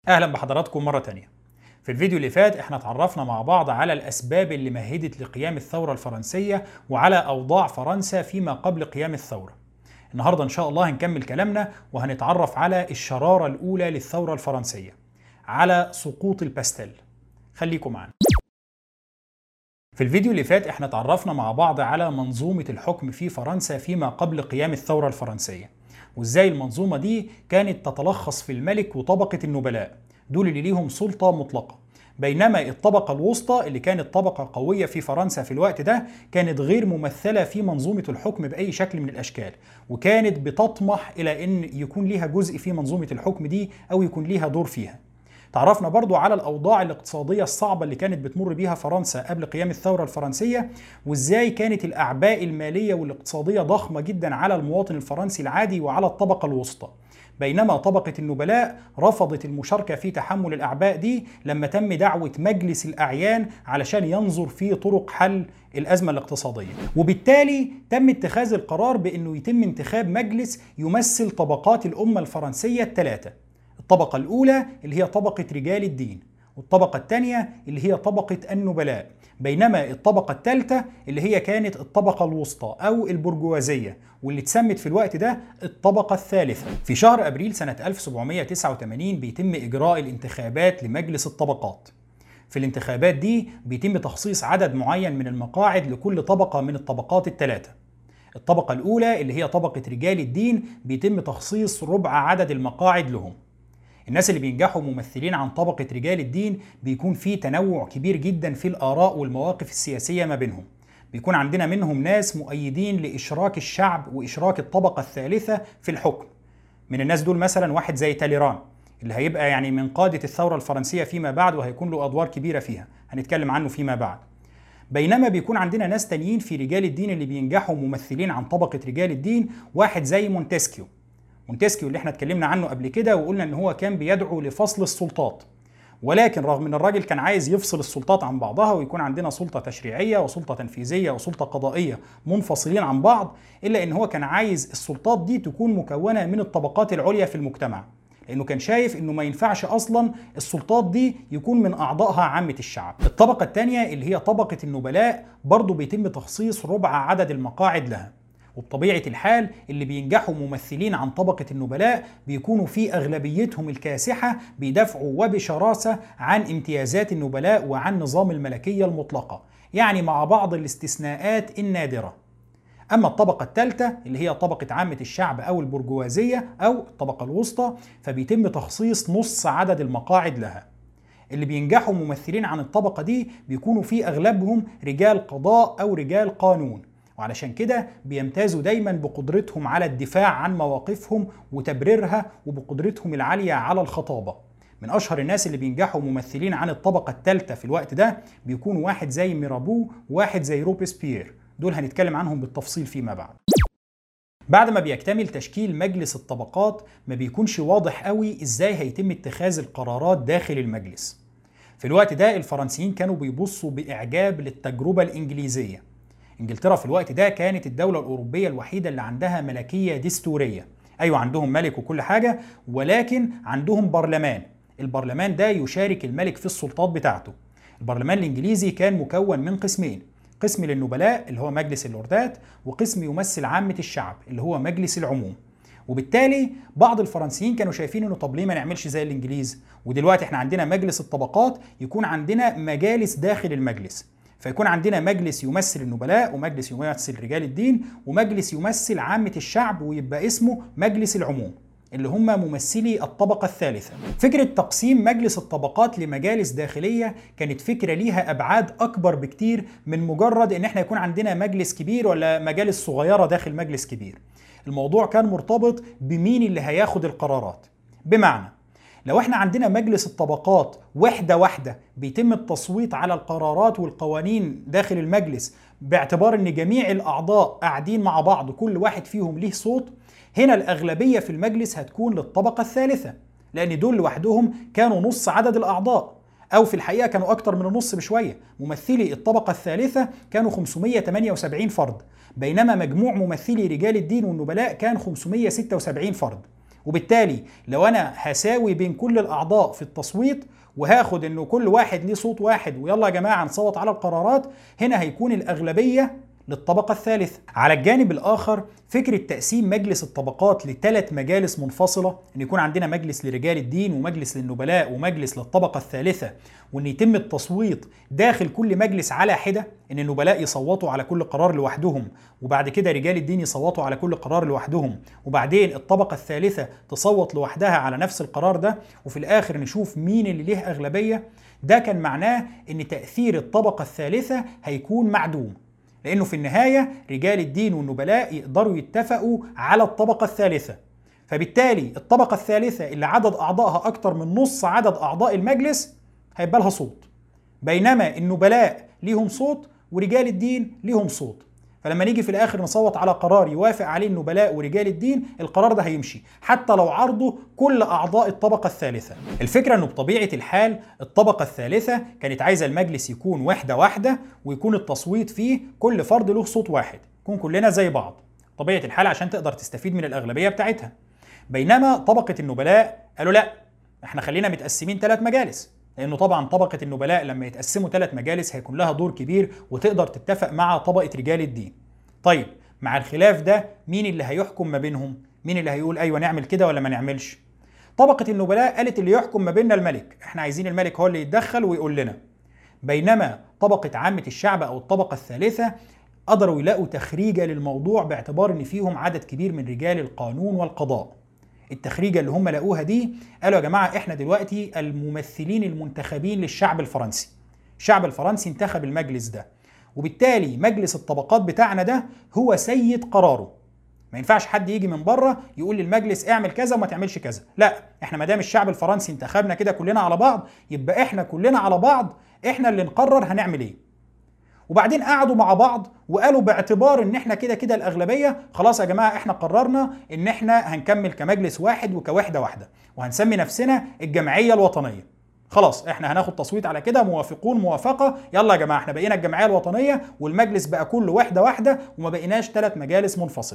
أهلا بحضراتكم مرة تانية. في الفيديو اللي فات احنا اتعرفنا مع بعض على الأسباب اللي مهدت لقيام الثورة الفرنسية وعلى أوضاع فرنسا فيما قبل قيام الثورة. النهاردة إن شاء الله هنكمل كلامنا وهنتعرف على الشرارة الأولى للثورة الفرنسية، على سقوط الباستيل. خليكم معنا. في الفيديو اللي فات احنا اتعرفنا مع بعض على منظومة الحكم في فرنسا فيما قبل قيام الثورة الفرنسية، وازاي المنظومة دي كانت تتلخص في الملك وطبقة النبلاء، دول اللي ليهم سلطة مطلقة، بينما الطبقة الوسطى اللي كانت طبقة قوية في فرنسا في الوقت ده كانت غير ممثلة في منظومة الحكم بأي شكل من الأشكال، وكانت بتطمح إلى أن يكون ليها جزء في منظومة الحكم دي أو يكون ليها دور فيها. تعرفنا برضو على الأوضاع الاقتصادية الصعبة اللي كانت بتمر بيها فرنسا قبل قيام الثورة الفرنسية، وإزاي كانت الأعباء المالية والاقتصادية ضخمة جدا على المواطن الفرنسي العادي وعلى الطبقة الوسطى، بينما طبقة النبلاء رفضت المشاركة في تحمل الأعباء دي لما تم دعوة مجلس الأعيان علشان ينظر في طرق حل الأزمة الاقتصادية، وبالتالي تم اتخاذ القرار بأنه يتم انتخاب مجلس يمثل طبقات الأمة الفرنسية الثلاثة. الطبقة الأولى اللي هي طبقة رجال الدين، والطبقة الثانية اللي هي طبقة النبلاء، بينما الطبقة الثالثة اللي هي كانت الطبقة الوسطى أو البرجوازية، واللي اتسمت في الوقت ده الطبقة الثالثة. في شهر أبريل سنة 1789 بيتم إجراء الانتخابات لمجلس الطبقات. في الانتخابات دي بيتم تخصيص عدد معين من المقاعد لكل طبقة من الطبقات الثلاثة. الطبقة الأولى اللي هي طبقة رجال الدين بيتم تخصيص ربع عدد المقاعد لهم. الناس اللي بينجحوا ممثلين عن طبقة رجال الدين بيكون في تنوع كبير جدا في الآراء والمواقف السياسية ما بينهم. بيكون عندنا منهم ناس مؤيدين لإشراك الشعب وإشراك الطبقة الثالثة في الحكم. من الناس دول مثلا واحد زي تاليران اللي هيبقى يعني من قادة الثورة الفرنسية فيما بعد، وهيكون له أدوار كبيرة فيها، هنتكلم عنه فيما بعد. بينما بيكون عندنا ناس تانيين في رجال الدين اللي بينجحوا ممثلين عن طبقة رجال الدين، واحد زي مونتسكيو اللي احنا اتكلمنا عنه قبل كده وقلنا ان هو كان بيدعو لفصل السلطات، ولكن رغم ان الراجل كان عايز يفصل السلطات عن بعضها ويكون عندنا سلطة تشريعية وسلطة تنفيذية وسلطة قضائية منفصلين عن بعض، الا ان هو كان عايز السلطات دي تكون مكونة من الطبقات العليا في المجتمع، لانه كان شايف انه ما ينفعش اصلا السلطات دي يكون من اعضائها عامة الشعب. الطبقة الثانية اللي هي طبقة النبلاء برضو بيتم تخصيص ربع عدد المقاعد لها، وبطبيعة الحال اللي بينجحوا ممثلين عن طبقة النبلاء بيكونوا في أغلبيتهم الكاسحة بيدافعوا وبشراسة عن امتيازات النبلاء وعن نظام الملكية المطلقة، يعني مع بعض الاستثناءات النادرة. أما الطبقة الثالثة اللي هي طبقة عامة الشعب أو البرجوازية أو الطبقة الوسطى فبيتم تخصيص نص عدد المقاعد لها. اللي بينجحوا ممثلين عن الطبقة دي بيكونوا في أغلبهم رجال قضاء أو رجال قانون، وعلشان كده بيمتازوا دايما بقدرتهم على الدفاع عن مواقفهم وتبريرها وبقدرتهم العالية على الخطابة. من أشهر الناس اللي بينجحوا ممثلين عن الطبقة الثالثة في الوقت ده بيكونوا واحد زي ميرابو وواحد زي روبسبير، دول هنتكلم عنهم بالتفصيل فيما بعد. بعد ما بيكتمل تشكيل مجلس الطبقات ما بيكونش واضح قوي ازاي هيتم اتخاذ القرارات داخل المجلس. في الوقت ده الفرنسيين كانوا بيبصوا بإعجاب للتجربة الإنجليزية. انجلترا في الوقت ده كانت الدولة الأوروبية الوحيدة اللي عندها ملكية دستورية، أيوة عندهم ملك وكل حاجة، ولكن عندهم برلمان. البرلمان ده يشارك الملك في السلطات بتاعته. البرلمان الإنجليزي كان مكون من قسمين، قسم للنبلاء اللي هو مجلس اللوردات، وقسم يمثل عامة الشعب اللي هو مجلس العموم. وبالتالي بعض الفرنسيين كانوا شايفين انه طب ليه ما نعملش زي الانجليز، ودلوقتي احنا عندنا مجلس الطبقات يكون عندنا مجالس داخل المجلس، فيكون عندنا مجلس يمثل النبلاء ومجلس يمثل رجال الدين ومجلس يمثل عامة الشعب، ويبقى اسمه مجلس العموم اللي هم ممثلي الطبقة الثالثة. فكرة تقسيم مجلس الطبقات لمجالس داخلية كانت فكرة ليها أبعاد أكبر بكتير من مجرد إن احنا يكون عندنا مجلس كبير ولا مجالس صغيرة داخل مجلس كبير. الموضوع كان مرتبط بمين اللي هياخد القرارات. بمعنى لو احنا عندنا مجلس الطبقات وحدة واحدة بيتم التصويت على القرارات والقوانين داخل المجلس باعتبار ان جميع الاعضاء قاعدين مع بعض كل واحد فيهم ليه صوت، هنا الاغلبية في المجلس هتكون للطبقة الثالثة، لان دول لوحدهم كانوا نص عدد الاعضاء، او في الحقيقة كانوا اكتر من النص بشوية. ممثلي الطبقة الثالثة كانوا 578 فرد، بينما مجموع ممثلي رجال الدين والنبلاء كان 576 فرد. وبالتالي لو انا هساوي بين كل الاعضاء في التصويت وهاخد انه كل واحد ليه صوت واحد ويلا يا جماعه نصوت على القرارات، هنا هيكون الاغلبيه للطبقة الثالثة. على الجانب الآخر فكرة تقسيم مجلس الطبقات لثلاث مجالس منفصلة، إن يكون عندنا مجلس لرجال الدين ومجلس للنبلاء ومجلس للطبقة الثالثة، وإن يتم التصويت داخل كل مجلس على حدة، إن النبلاء يصوتوا على كل قرار لوحدهم وبعد كده رجال الدين يصوتوا على كل قرار لوحدهم وبعدين الطبقة الثالثة تصوت لوحدها على نفس القرار ده وفي الآخر نشوف مين اللي ليه أغلبية. ده كان معناه إن تأثير الطبقة الثالثة هيكون معدوم، لأنه في النهاية رجال الدين والنبلاء يقدروا يتفقوا على الطبقة الثالثة، فبالتالي الطبقة الثالثة اللي عدد أعضائها أكتر من نص عدد أعضاء المجلس هيبقى لها صوت، بينما النبلاء ليهم صوت ورجال الدين ليهم صوت. فلما نيجي في الآخر نصوت على قرار يوافق عليه النبلاء ورجال الدين، القرار ده هيمشي حتى لو عرضه كل أعضاء الطبقة الثالثة. الفكرة أنه بطبيعة الحال الطبقة الثالثة كانت عايزة المجلس يكون وحدة واحدة ويكون التصويت فيه كل فرد له صوت واحد، يكون كلنا زي بعض طبيعة الحال عشان تقدر تستفيد من الأغلبية بتاعتها. بينما طبقة النبلاء قالوا لا، احنا خلينا متقسمين 3 مجالس، لأنه طبعا طبقة النبلاء لما يتقسموا 3 مجالس هيكون لها دور كبير وتقدر تتفق مع طبقة رجال الدين. طيب مع الخلاف ده مين اللي هيحكم ما بينهم؟ مين اللي هيقول أيوة نعمل كده ولا ما نعملش؟ طبقة النبلاء قالت اللي يحكم ما بيننا الملك، احنا عايزين الملك هو اللي يتدخل ويقول لنا. بينما طبقة عامة الشعب أو الطبقة الثالثة قدروا يلاقوا تخريجة للموضوع باعتبار ان فيهم عدد كبير من رجال القانون والقضاء. التخريجة اللي هم لقوها دي قالوا يا جماعة احنا دلوقتي الممثلين المنتخبين للشعب الفرنسي، الشعب الفرنسي انتخب المجلس ده، وبالتالي مجلس الطبقات بتاعنا ده هو سيد قراره. ما ينفعش حد يجي من بره يقول للمجلس اعمل كذا وما تعملش كذا، لا، احنا ما دام الشعب الفرنسي انتخبنا كده كلنا على بعض، يبقى احنا كلنا على بعض احنا اللي نقرر هنعمل ايه. وبعدين قعدوا مع بعض وقالوا باعتبار ان احنا كده كده الاغلبيه، خلاص يا جماعه احنا قررنا ان احنا هنكمل كمجلس واحد وكوحده واحده وهنسمي نفسنا الجمعيه الوطنيه. خلاص احنا هناخد تصويت على كده، موافقون موافقه، يلا يا جماعه احنا بقينا الجمعيه الوطنيه والمجلس بقى كله وحده واحده وما بقيناش 3 مجالس منفصله.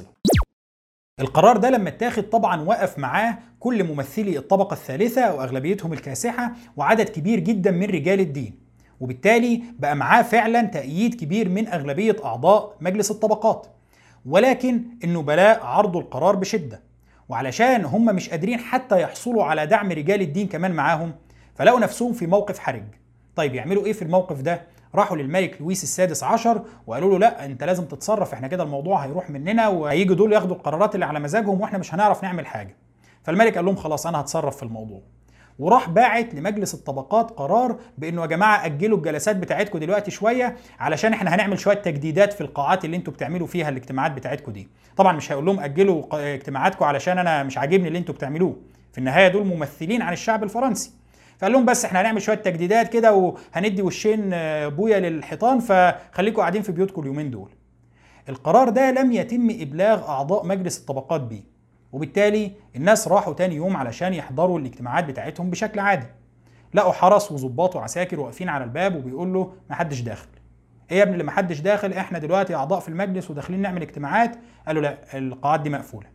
القرار ده لما اتاخد طبعا وقف معاه كل ممثلي الطبقه الثالثه او اغلبيتهم الكاسحه وعدد كبير جدا من رجال الدين، وبالتالي بقى معاه فعلا تأييد كبير من أغلبية أعضاء مجلس الطبقات. ولكن النبلاء عرضوا القرار بشدة، وعلشان هم مش قادرين حتى يحصلوا على دعم رجال الدين كمان معاهم، فلقوا نفسهم في موقف حرج. طيب يعملوا ايه في الموقف ده؟ راحوا للملك لويس السادس عشر وقالوا له لا انت لازم تتصرف، احنا كده الموضوع هيروح مننا وهيجوا دول ياخدوا القرارات اللي على مزاجهم واحنا مش هنعرف نعمل حاجة. فالملك قال لهم خلاص انا هتصرف في الموضوع، وراح باعت لمجلس الطبقات قرار بانه يا جماعه اجلوا الجلسات بتاعتكم دلوقتي شويه علشان احنا هنعمل شويه تجديدات في القاعات اللي انتوا بتعملوا فيها الاجتماعات بتاعتكم دي. طبعا مش هيقول لهم اجلوا اجتماعاتكم علشان انا مش عاجبني اللي انتوا بتعملوه، في النهايه دول ممثلين عن الشعب الفرنسي. فقال لهم بس احنا هنعمل شويه تجديدات كده وهندي وشين بويا للحيطان، فخليكم قاعدين في بيوتكم اليومين دول. القرار ده لم يتم ابلاغ اعضاء مجلس الطبقات بيه، وبالتالي الناس راحوا تاني يوم علشان يحضروا الاجتماعات بتاعتهم بشكل عادي. لقوا حرس وظباط وعساكر واقفين على الباب وبيقول له محدش داخل. ايه يا ابني اللي محدش داخل؟ احنا دلوقتي اعضاء في المجلس وداخلين نعمل اجتماعات. قالوا لا القاعات دي مقفوله.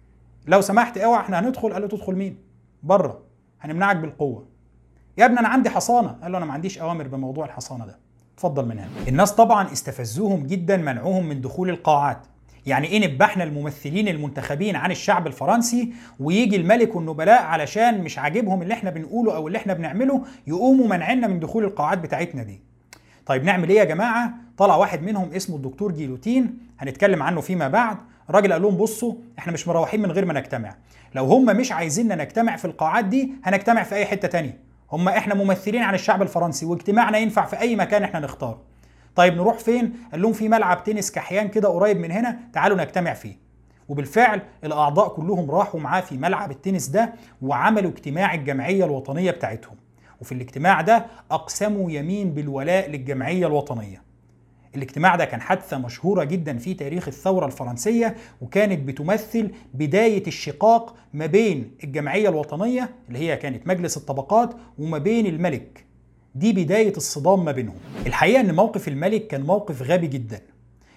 لو سمحت اوعى احنا هندخل. قال له تدخل مين؟ بره، هنمنعك بالقوه. يا ابني انا عندي حصانه. قال له انا ما عنديش اوامر بموضوع الحصانه ده، اتفضل من هنا. الناس طبعا استفزوهم جدا منعوهم من دخول القاعات. يعني ايه نبقى احنا الممثلين المنتخبين عن الشعب الفرنسي ويجي الملك والنبلاء علشان مش عاجبهم اللي احنا بنقوله او اللي احنا بنعمله يقوموا منعنا من دخول القاعات بتاعتنا دي؟ طيب نعمل ايه يا جماعه؟ طلع واحد منهم اسمه الدكتور جيلوتين، هنتكلم عنه فيما بعد. الراجل قال لهم بصوا احنا مش مروحين من غير ما نجتمع، لو هم مش عايزيننا نجتمع في القاعات دي هنجتمع في اي حته تانية، هم احنا ممثلين عن الشعب الفرنسي واجتماعنا ينفع في اي مكان احنا نختاره. طيب نروح فين؟ قال لهم في ملعب تنس كحيان كده قريب من هنا، تعالوا نجتمع فيه. وبالفعل الاعضاء كلهم راحوا معاه في ملعب التنس ده وعملوا اجتماع الجمعيه الوطنيه بتاعتهم، وفي الاجتماع ده اقسموا يمين بالولاء للجمعيه الوطنيه. الاجتماع ده كان حادثه مشهوره جدا في تاريخ الثوره الفرنسيه، وكانت بتمثل بدايه الشقاق ما بين الجمعيه الوطنيه اللي هي كانت مجلس الطبقات وما بين الملك. دي بداية الصدام ما بينهم. الحقيقة ان موقف الملك كان موقف غبي جدا،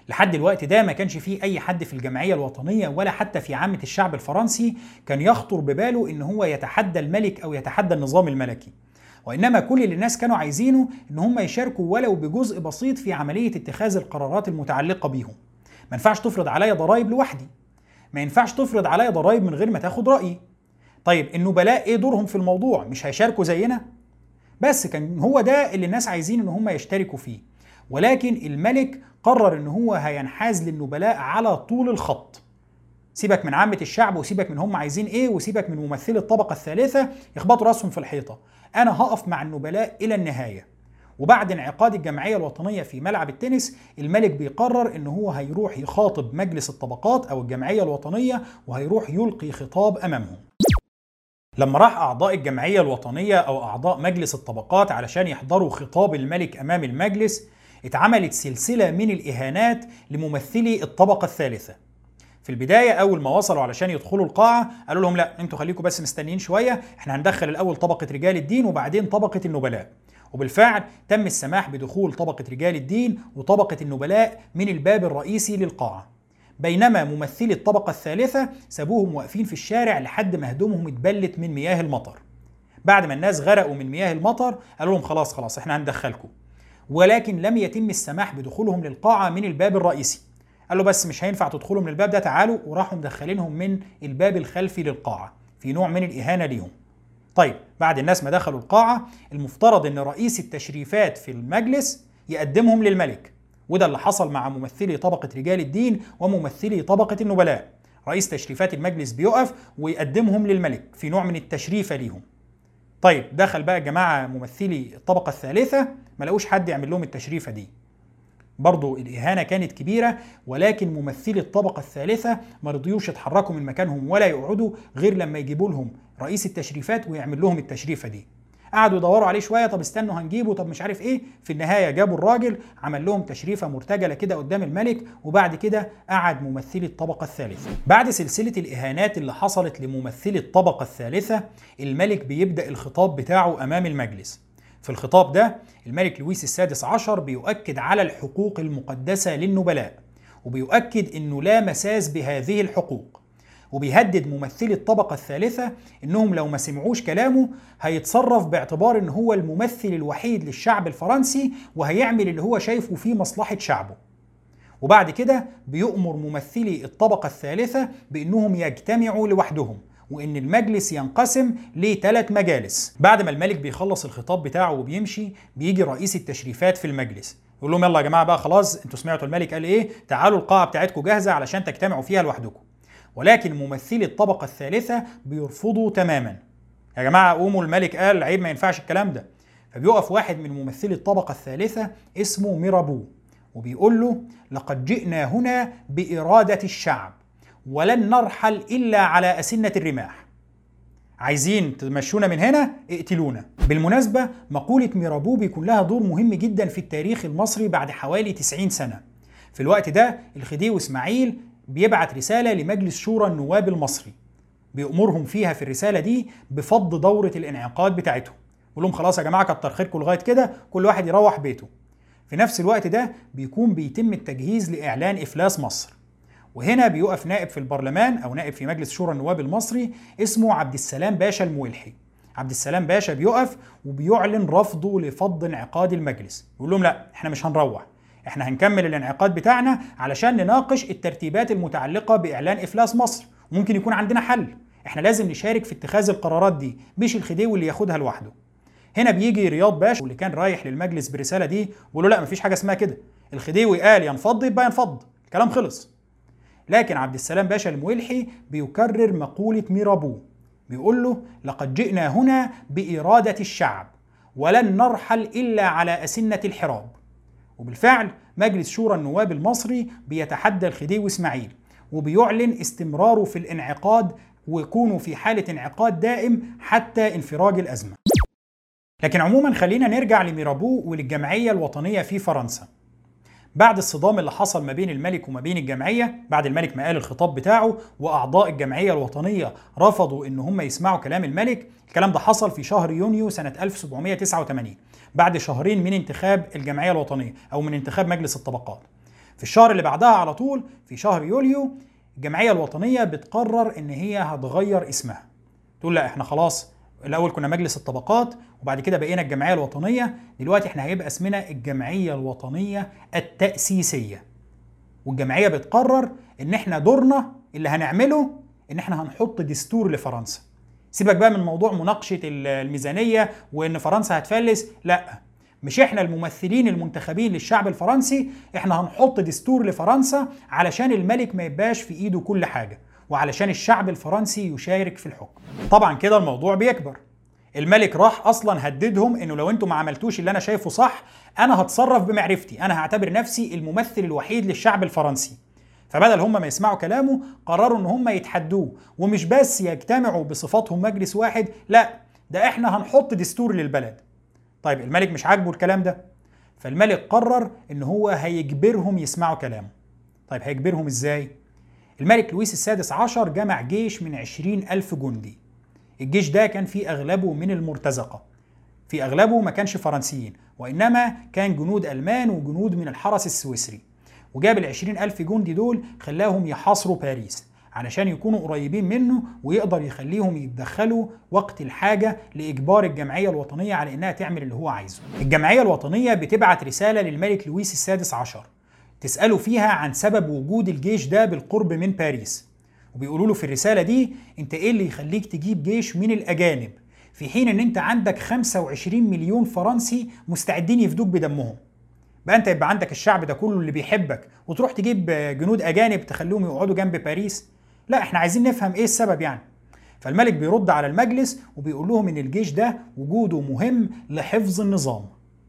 لحد الوقت ده ما كانش فيه أي حد في الجمعية الوطنية ولا حتى في عامة الشعب الفرنسي كان يخطر بباله إن هو يتحدى الملك أو يتحدى النظام الملكي، وإنما كل اللي الناس كانوا عايزينه إن هم يشاركوا ولو بجزء بسيط في عملية اتخاذ القرارات المتعلقة بيهم. ما ينفعش تفرض عليا ضرائب لوحدي، ما ينفعش تفرض عليا ضرائب من غير ما تاخد رأيي. طيب النبلاء إيه دورهم في الموضوع؟ مش هيشاركوا زينا؟ بس كان هو ده اللي الناس عايزين إن هم يشتركوا فيه، ولكن الملك قرر إن هو هينحاز للنبلاء على طول الخط. سيبك من عامة الشعب وسيبك من هم عايزين ايه وسيبك من ممثلي الطبقة الثالثة يخبطوا راسهم في الحيطة، انا هقف مع النبلاء الى النهاية. وبعد انعقاد الجمعية الوطنية في ملعب التنس، الملك بيقرر ان هو هيروح يخاطب مجلس الطبقات او الجمعية الوطنية وهيروح يلقي خطاب امامهم. لما راح اعضاء الجمعية الوطنية او اعضاء مجلس الطبقات علشان يحضروا خطاب الملك امام المجلس، اتعملت سلسلة من الاهانات لممثلي الطبقة الثالثة. في البداية أول ما وصلوا علشان يدخلوا القاعة قالوا لهم لا انتوا خليكم بس مستنيين شوية، احنا هندخل الأول طبقة رجال الدين وبعدين طبقة النبلاء. وبالفعل تم السماح بدخول طبقة رجال الدين وطبقة النبلاء من الباب الرئيسي للقاعة، بينما ممثلي الطبقة الثالثة سابوهم واقفين في الشارع لحد ما هدومهم اتبلت من مياه المطر. بعد ما الناس غرقوا من مياه المطر قالوا لهم خلاص احنا هندخلكم، ولكن لم يتم السماح بدخولهم للقاعة من الباب الرئيسي. قال له بس مش هينفع تدخلوا من الباب ده، تعالوا، وراحوا مدخلينهم من الباب الخلفي للقاعة في نوع من الإهانة ليهم. طيب بعد الناس ما دخلوا القاعة المفترض ان رئيس التشريفات في المجلس يقدمهم للملك، وده اللي حصل مع ممثلي طبقة رجال الدين وممثلي طبقة النبلاء. رئيس تشريفات المجلس بيقف ويقدمهم للملك في نوع من التشريفة ليهم. طيب دخل بقى جماعة ممثلي الطبقة الثالثة ما لقوش حد يعمل لهم التشريفة دي، برضو الإهانة كانت كبيرة، ولكن ممثلي الطبقة الثالثة ما رضيوش يتحركوا من مكانهم ولا يقعدوا غير لما يجيبوا لهم رئيس التشريفات ويعمل لهم التشريفة دي. قعدوا يدوروا عليه شوية، طب استنوا هنجيبه، طب مش عارف ايه، في النهاية جابوا الراجل عمل لهم تشريفة مرتجلة كده قدام الملك، وبعد كده قعد ممثلي الطبقة الثالثة. بعد سلسلة الإهانات اللي حصلت لممثلي الطبقة الثالثة، الملك بيبدأ الخطاب بتاعه أمام المجلس. في الخطاب ده الملك لويس السادس عشر بيؤكد على الحقوق المقدسة للنبلاء، وبيؤكد انه لا مساس بهذه الحقوق، وبيهدد ممثلي الطبقة الثالثة انهم لو ما سمعوش كلامه هيتصرف باعتبار ان هو الممثل الوحيد للشعب الفرنسي وهيعمل اللي هو شايفه فيه مصلحة شعبه. وبعد كده بيؤمر ممثلي الطبقة الثالثة بانهم يجتمعوا لوحدهم، وإن المجلس ينقسم ل3 مجالس. بعد ما الملك بيخلص الخطاب بتاعه وبيمشي، بيجي رئيس التشريفات في المجلس يقول لهم يلا يا جماعة بقى خلاص انتوا سمعتوا الملك قال ايه، تعالوا القاعة بتاعتكم جاهزة علشان تجتمعوا فيها لوحدكم. ولكن ممثلي الطبقة الثالثة بيرفضوا تماما، يا جماعة قوموا الملك قال عيب ما ينفعش الكلام ده. فبيقف واحد من ممثلي الطبقة الثالثة اسمه ميرابو وبيقول له لقد جئنا هنا بإرادة الشعب ولن نرحل إلا على أسنة الرماح، عايزين تمشونا من هنا اقتلونا. بالمناسبة مقولة ميرابو بيكون لها دور مهم جدا في التاريخ المصري بعد حوالي 90 سنة. في الوقت ده الخديوي إسماعيل بيبعت رسالة لمجلس شورى النواب المصري بيأمرهم فيها في الرسالة دي بفض دورة الانعقاد بتاعتهم، يقول لهم خلاص يا جماعة كتر خيركم لغاية كده، كل واحد يروح بيته. في نفس الوقت ده بيكون بيتم التجهيز لإعلان إفلاس مصر، وهنا بيقف نائب في البرلمان أو نائب في مجلس شورى النواب المصري اسمه عبد السلام باشا المويلحي. عبد السلام باشا بيقف وبيعلن رفضه لفض انعقاد المجلس، يقول لهم لا احنا مش هنروح، احنا هنكمل الانعقاد بتاعنا علشان نناقش الترتيبات المتعلقة بإعلان إفلاس مصر، وممكن يكون عندنا حل، احنا لازم نشارك في اتخاذ القرارات دي، مش الخديوي اللي ياخدها لوحده. هنا بيجي رياض باشا واللي كان رايح للمجلس برسالة دي ويقول له لا مفيش حاجة اسمها كده، الخديوي قال ينفض يبقى ينفض، الكلام خلص. لكن عبد السلام باشا المويلحي بيكرر مقولة ميرابو، بيقول له لقد جئنا هنا بإرادة الشعب ولن نرحل إلا على أسنة الحراب. وبالفعل مجلس شورى النواب المصري بيتحدى الخديوي إسماعيل وبيعلن استمراره في الانعقاد ويكونوا في حالة انعقاد دائم حتى انفراج الأزمة. لكن عموما خلينا نرجع لميرابو وللجمعية الوطنية في فرنسا. بعد الصدام اللي حصل ما بين الملك وما بين الجمعية، بعد الملك ما قال الخطاب بتاعه وأعضاء الجمعية الوطنية رفضوا إن هم يسمعوا كلام الملك، الكلام ده حصل في شهر يونيو سنة 1789 بعد شهرين من انتخاب الجمعية الوطنية أو من انتخاب مجلس الطبقات. في الشهر اللي بعدها على طول في شهر يوليو الجمعية الوطنية بتقرر ان هي هتغير اسمها، تقول لا احنا خلاص الاول كنا مجلس الطبقات وبعد كده بقينا الجمعية الوطنية، دلوقتي احنا هيبقى اسمنا الجمعية الوطنية التأسيسية. والجمعية بتقرر ان احنا دورنا اللي هنعمله ان احنا هنحط دستور لفرنسا. سيبك بقى من موضوع مناقشة الميزانية وان فرنسا هتفلس، لا، مش احنا الممثلين المنتخبين للشعب الفرنسي، احنا هنحط دستور لفرنسا علشان الملك ما يبقاش في ايده كل حاجة، وعلشان الشعب الفرنسي يشارك في الحكم. طبعا كده الموضوع بيكبر. الملك راح اصلا هددهم انه لو انتم ما عملتوش اللي انا شايفه صح انا هتصرف بمعرفتي، انا هعتبر نفسي الممثل الوحيد للشعب الفرنسي. فبدل هم ما يسمعوا كلامه قرروا ان هم يتحدوه، ومش بس يجتمعوا بصفتهم مجلس واحد، لا ده احنا هنحط دستور للبلد. طيب الملك مش عاجبه الكلام ده، فالملك قرر ان هو هيجبرهم يسمعوا كلامه. طيب هيجبرهم ازاي؟ الملك لويس السادس عشر جمع جيش من 20,000 جندي. الجيش ده كان فيه أغلبه من المرتزقة، في أغلبه ما كانش فرنسيين وإنما كان جنود ألمان وجنود من الحرس السويسري. وجاب 20,000 جندي دول خلاهم يحاصروا باريس علشان يكونوا قريبين منه ويقدر يخليهم يتدخلوا وقت الحاجة لإجبار الجمعية الوطنية على إنها تعمل اللي هو عايزه. الجمعية الوطنية بتبعت رسالة للملك لويس السادس عشر تسأله فيها عن سبب وجود الجيش ده بالقرب من باريس، وبيقولوا له في الرسالة دي انت ايه اللي يخليك تجيب جيش من الأجانب في حين ان انت عندك 25 مليون فرنسي مستعدين يفدوك بدمهم؟ بقى انت يبقى عندك الشعب ده كله اللي بيحبك وتروح تجيب جنود أجانب تخليهم يقعدوا جنب باريس؟ لا احنا عايزين نفهم ايه السبب يعني. فالملك بيرد على المجلس وبيقول لهم ان الجيش ده وجوده مهم لحفظ النظام.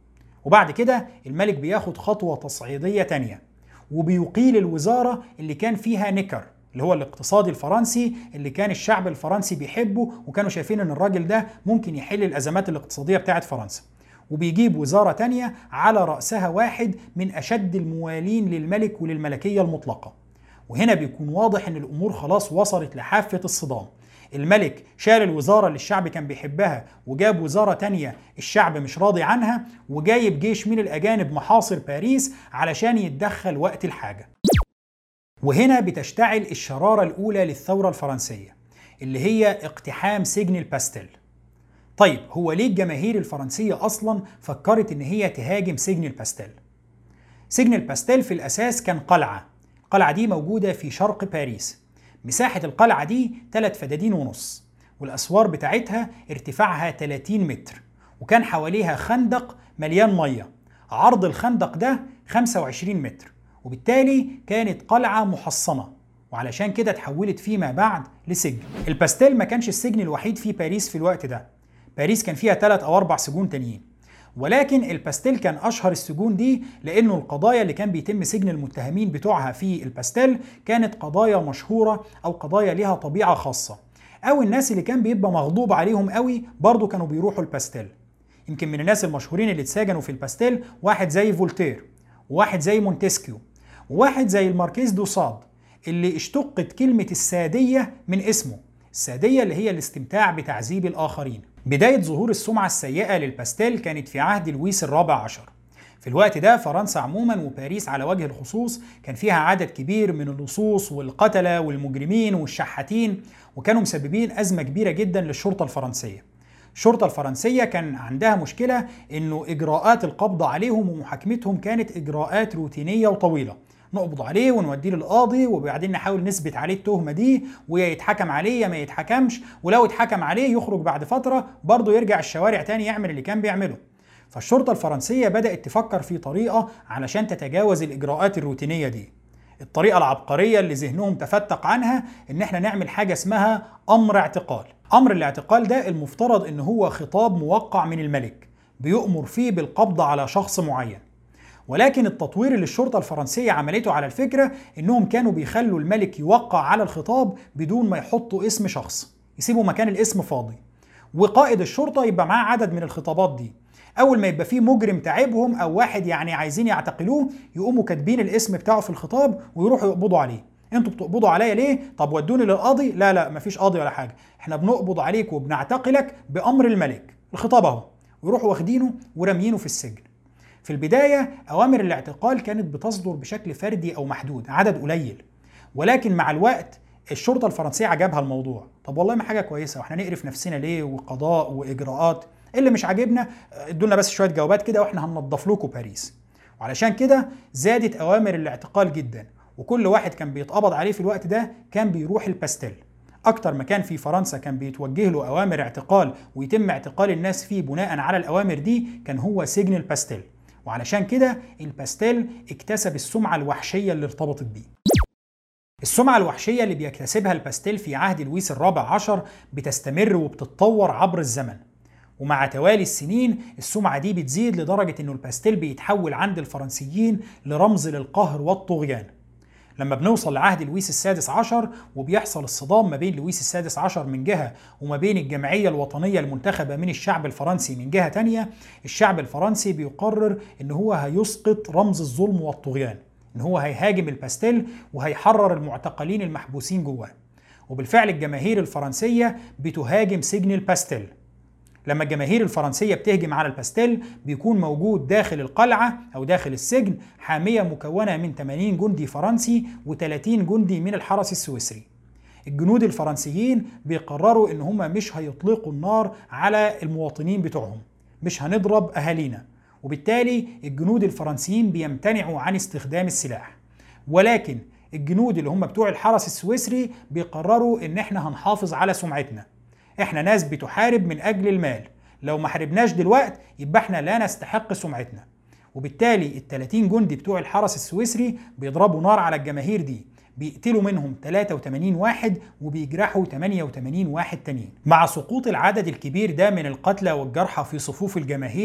وبعد كده الملك بياخد خطوة تصعيدية تانية وبيقيل الوزارة اللي كان فيها نيكر اللي هو الاقتصادي الفرنسي اللي كان الشعب الفرنسي بيحبه وكانوا شايفين ان الراجل ده ممكن يحل الأزمات الاقتصادية بتاعت فرنسا، وبيجيب وزارة تانية على رأسها واحد من أشد الموالين للملك وللملكية المطلقة. وهنا بيكون واضح ان الأمور خلاص وصلت لحافة الصدام. الملك شال الوزارة اللي الشعب كان بيحبها وجاب وزارة تانية الشعب مش راضي عنها، وجايب جيش من الأجانب محاصر باريس علشان يتدخل وقت الحاجة. وهنا بتشتعل الشرارة الأولى للثورة الفرنسية اللي هي اقتحام سجن الباستيل. طيب هو ليه الجماهير الفرنسية أصلا فكرت إن هي تهاجم سجن الباستيل؟ سجن الباستيل في الأساس كان قلعة، القلعة دي موجودة في شرق باريس. مساحة القلعة دي 3 فدادين ونص، والأسوار بتاعتها ارتفاعها 30 متر، وكان حواليها خندق مليان مية، عرض الخندق ده 25 متر، وبالتالي كانت قلعة محصنة، وعلشان كده اتحولت فيما بعد لسجن. الباستيل ما كانش السجن الوحيد في باريس في الوقت ده، باريس كان فيها 3 أو 4 سجون تانيين، ولكن الباستيل كان أشهر السجون دي لأنه القضايا اللي كان بيتم سجن المتهمين بتوعها في الباستيل كانت قضايا مشهورة أو قضايا لها طبيعة خاصة، أو الناس اللي كان بيبقى مغضوب عليهم قوي برضو كانوا بيروحوا الباستيل. يمكن من الناس المشهورين اللي اتسجنوا في الباستيل واحد زي فولتير، وواحد زي مونتسكيو، وواحد زي الماركيز دو ساد اللي اشتقت كلمة السادية من اسمه، السادية اللي هي الاستمتاع بتعذيب الآخرين. بداية ظهور السمعة السيئة للباستيل كانت في عهد لويس الرابع عشر. في الوقت ده فرنسا عموما وباريس على وجه الخصوص كان فيها عدد كبير من اللصوص والقتلة والمجرمين والشحاتين، وكانوا مسببين أزمة كبيرة جدا للشرطة الفرنسية. الشرطة الفرنسية كان عندها مشكلة إنه إجراءات القبض عليهم ومحاكمتهم كانت إجراءات روتينية وطويلة، نقبض عليه ونوديه للقاضي وبعدين نحاول نثبت عليه التهمة دي ويا يتحكم عليه يا ما يتحكمش، ولو اتحكم عليه يخرج بعد فترة برضه يرجع الشوارع تاني يعمل اللي كان بيعمله. فالشرطة الفرنسية بدأت تفكر في طريقة علشان تتجاوز الإجراءات الروتينية دي. الطريقة العبقرية اللي ذهنهم تفتق عنها إن احنا نعمل حاجة اسمها أمر اعتقال. أمر الاعتقال ده المفترض إن هو خطاب موقع من الملك بيؤمر فيه بالقبض على شخص معين، ولكن التطوير اللي الشرطة الفرنسية عملته على الفكرة إنهم كانوا بيخلوا الملك يوقع على الخطاب بدون ما يحطوا اسم شخص، يسيبوا مكان الاسم فاضي، وقائد الشرطة يبقى معاه عدد من الخطابات دي. أول ما يبقى فيه مجرم تعبهم أو واحد يعني عايزين يعتقلوه يقوموا كاتبين الاسم بتاعه في الخطاب ويروحوا يقبضوا عليه. انتوا بتقبضوا عليا ليه؟ طب ودوني للقاضي؟ لا لا مفيش قاضي ولا حاجة، احنا بنقبض عليك وبنعتقلك بأمر الملك، الخطاب اهو، ويروحوا واخدينه ورميينه في السجن. في البداية أوامر الاعتقال كانت بتصدر بشكل فردي أو محدود، عدد قليل، ولكن مع الوقت الشرطة الفرنسية عجبها الموضوع. طب والله ما حاجة كويسة، واحنا نقرف نفسنا ليه وقضاء وإجراءات؟ اللي مش عاجبنا ادونا بس شوية جوابات كده واحنا هننضف لكم باريس. وعلشان كده زادت أوامر الاعتقال جدا، وكل واحد كان بيتقبض عليه في الوقت ده كان بيروح الباستيل. أكتر مكان في فرنسا كان بيتوجه له أوامر اعتقال ويتم اعتقال الناس فيه بناء على الأوامر دي كان هو سجن الباستيل. وعلشان كده الباستيل اكتسب السمعة الوحشية اللي ارتبطت بيه. السمعة الوحشية اللي بيكتسبها الباستيل في عهد لويس الرابع عشر بتستمر وبتتطور عبر الزمن، ومع توالي السنين السمعة دي بتزيد لدرجة انه الباستيل بيتحول عند الفرنسيين لرمز للقهر والطغيان. لما بنوصل لعهد لويس السادس عشر وبيحصل الصدام ما بين لويس السادس عشر من جهة وما بين الجمعية الوطنية المنتخبة من الشعب الفرنسي من جهة تانية، الشعب الفرنسي بيقرر ان هو هيسقط رمز الظلم والطغيان، ان هو هيهاجم الباستيل وهيحرر المعتقلين المحبوسين جواه. وبالفعل الجماهير الفرنسية بتهاجم سجن الباستيل. لما الجماهير الفرنسية بتهجم على الباستيل بيكون موجود داخل القلعة أو داخل السجن حامية مكونة من 80 جندي فرنسي و30 جندي من الحرس السويسري. الجنود الفرنسيين بيقرروا إن هم مش هيطلقوا النار على المواطنين بتوعهم، مش هنضرب أهالينا، وبالتالي الجنود الفرنسيين بيمتنعوا عن استخدام السلاح. ولكن الجنود اللي هم بتوع الحرس السويسري بيقرروا إن احنا هنحافظ على سمعتنا، احنا ناس بتحارب من اجل المال، لو ما حاربناش دلوقتي يبقى احنا لا نستحق سمعتنا. وبالتالي ال30 جندي بتوع الحرس السويسري بيضربوا نار على الجماهير دي، بيقتلوا منهم 83 واحد وبيجرحوا 88 واحد تانيين. مع سقوط العدد الكبير ده من القتلى والجرحى في صفوف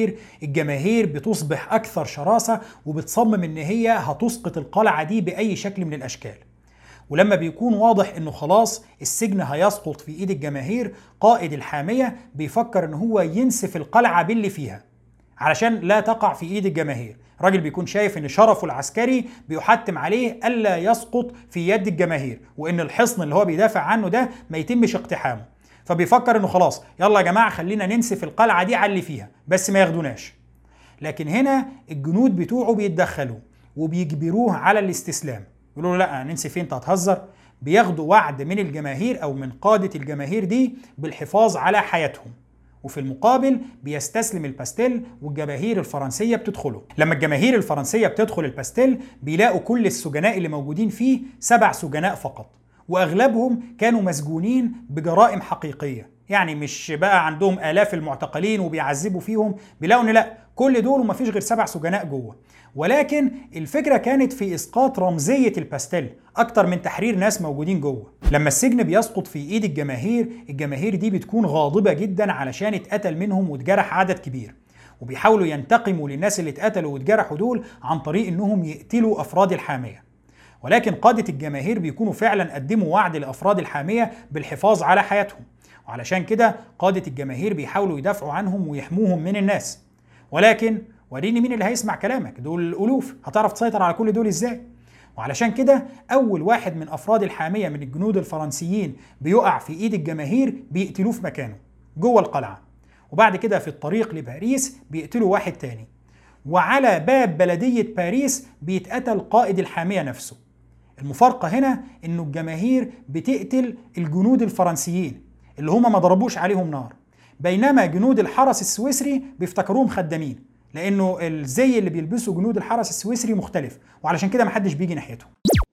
الجماهير بتصبح اكثر شراسة وبتصمم ان هي هتسقط القلعة دي باي شكل من الاشكال. ولما بيكون واضح انه خلاص السجن هيسقط في ايد الجماهير، قائد الحامية بيفكر ان هو ينسف القلعة باللي فيها علشان لا تقع في ايد الجماهير. الراجل بيكون شايف ان شرفه العسكري بيحتم عليه الا يسقط في يد الجماهير، وان الحصن اللي هو بيدافع عنه ده ما يتمش اقتحامه. فبيفكر انه خلاص يلا يا جماعة خلينا ننسف القلعة دي على اللي فيها بس ما ياخدوناش. لكن هنا الجنود بتوعه بيتدخلوا وبيجبروه على الاستسلام، يقولوا له لا ننسف انت هتهزر. بياخدوا وعد من الجماهير او من قادة الجماهير دي بالحفاظ على حياتهم، وفي المقابل بيستسلم الباستيل والجماهير الفرنسية بتدخله. لما الجماهير الفرنسية بتدخل الباستيل بيلاقوا كل السجناء اللي موجودين فيه 7 سجناء فقط، واغلبهم كانوا مسجونين بجرائم حقيقية، يعني مش بقى عندهم آلاف المعتقلين وبيعذبوا فيهم، بيلاقوا ان لا كل دول ومفيش غير 7 سجناء جوه. ولكن الفكرة كانت في إسقاط رمزية الباستيل أكتر من تحرير ناس موجودين جوه. لما السجن بيسقط في إيد الجماهير دي بتكون غاضبة جدا علشان اتقتل منهم واتجرح عدد كبير، وبيحاولوا ينتقموا للناس اللي اتقتلوا واتجرحوا دول عن طريق إنهم يقتلوا أفراد الحامية. ولكن قادة الجماهير بيكونوا فعلا قدموا وعد لأفراد الحامية بالحفاظ على حياتهم، وعلشان كده قادة الجماهير بيحاولوا يدافعوا عنهم ويحموهم من الناس. ولكن وريني مين اللي هيسمع كلامك، دول الألوف، هتعرف تسيطر على كل دول ازاي؟ وعلشان كده أول واحد من أفراد الحامية من الجنود الفرنسيين بيقع في إيد الجماهير بيقتلوه في مكانه جوه القلعة، وبعد كده في الطريق لباريس بيقتلوا واحد تاني، وعلى باب بلدية باريس بيتقتل قائد الحامية نفسه. المفارقة هنا إنه الجماهير بتقتل الجنود الفرنسيين اللي هما ما ضربوش عليهم نار، بينما جنود الحرس السويسري بيفتكروهم خدامين، لأنه الزي اللي بيلبسه جنود الحرس السويسري مختلف، وعلشان كده محدش بيجي ناحيته.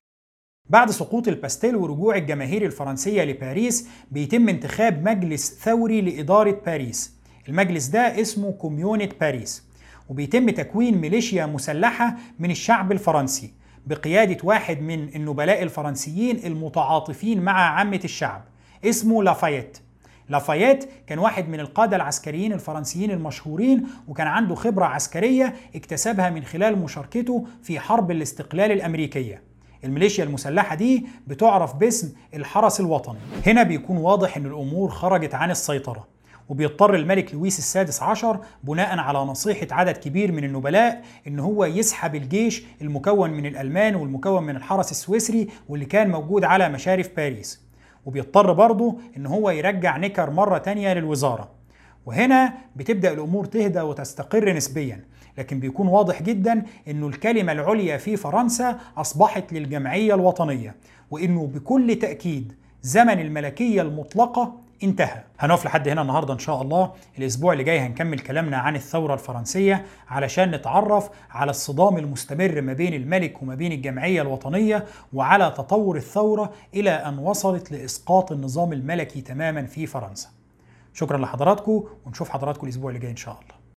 بعد سقوط الباستيل ورجوع الجماهير الفرنسية لباريس بيتم انتخاب مجلس ثوري لإدارة باريس. المجلس ده اسمه كوميونة باريس، وبيتم تكوين ميليشيا مسلحة من الشعب الفرنسي بقيادة واحد من النبلاء الفرنسيين المتعاطفين مع عامة الشعب اسمه لافايت. لافايت كان واحد من القادة العسكريين الفرنسيين المشهورين، وكان عنده خبرة عسكرية اكتسبها من خلال مشاركته في حرب الاستقلال الأمريكية. الميليشيا المسلحة دي بتعرف باسم الحرس الوطني. هنا بيكون واضح ان الأمور خرجت عن السيطرة، وبيضطر الملك لويس السادس عشر بناء على نصيحة عدد كبير من النبلاء ان هو يسحب الجيش المكون من الألمان والمكون من الحرس السويسري واللي كان موجود على مشارف باريس، وبيضطر برضه ان هو يرجع نيكر مرة تانية للوزارة. وهنا بتبدأ الأمور تهدى وتستقر نسبيا، لكن بيكون واضح جدا أنه الكلمة العليا في فرنسا أصبحت للجمعية الوطنية، وأنه بكل تأكيد زمن الملكية المطلقة انتهى. هنقف لحد هنا النهارده ان شاء الله. الاسبوع اللي جاي هنكمل كلامنا عن الثورة الفرنسية علشان نتعرف على الصدام المستمر ما بين الملك وما بين الجمعية الوطنية، وعلى تطور الثورة إلى أن وصلت لإسقاط النظام الملكي تماما في فرنسا. شكرا لحضراتكم، ونشوف حضراتكم الاسبوع اللي جاي ان شاء الله.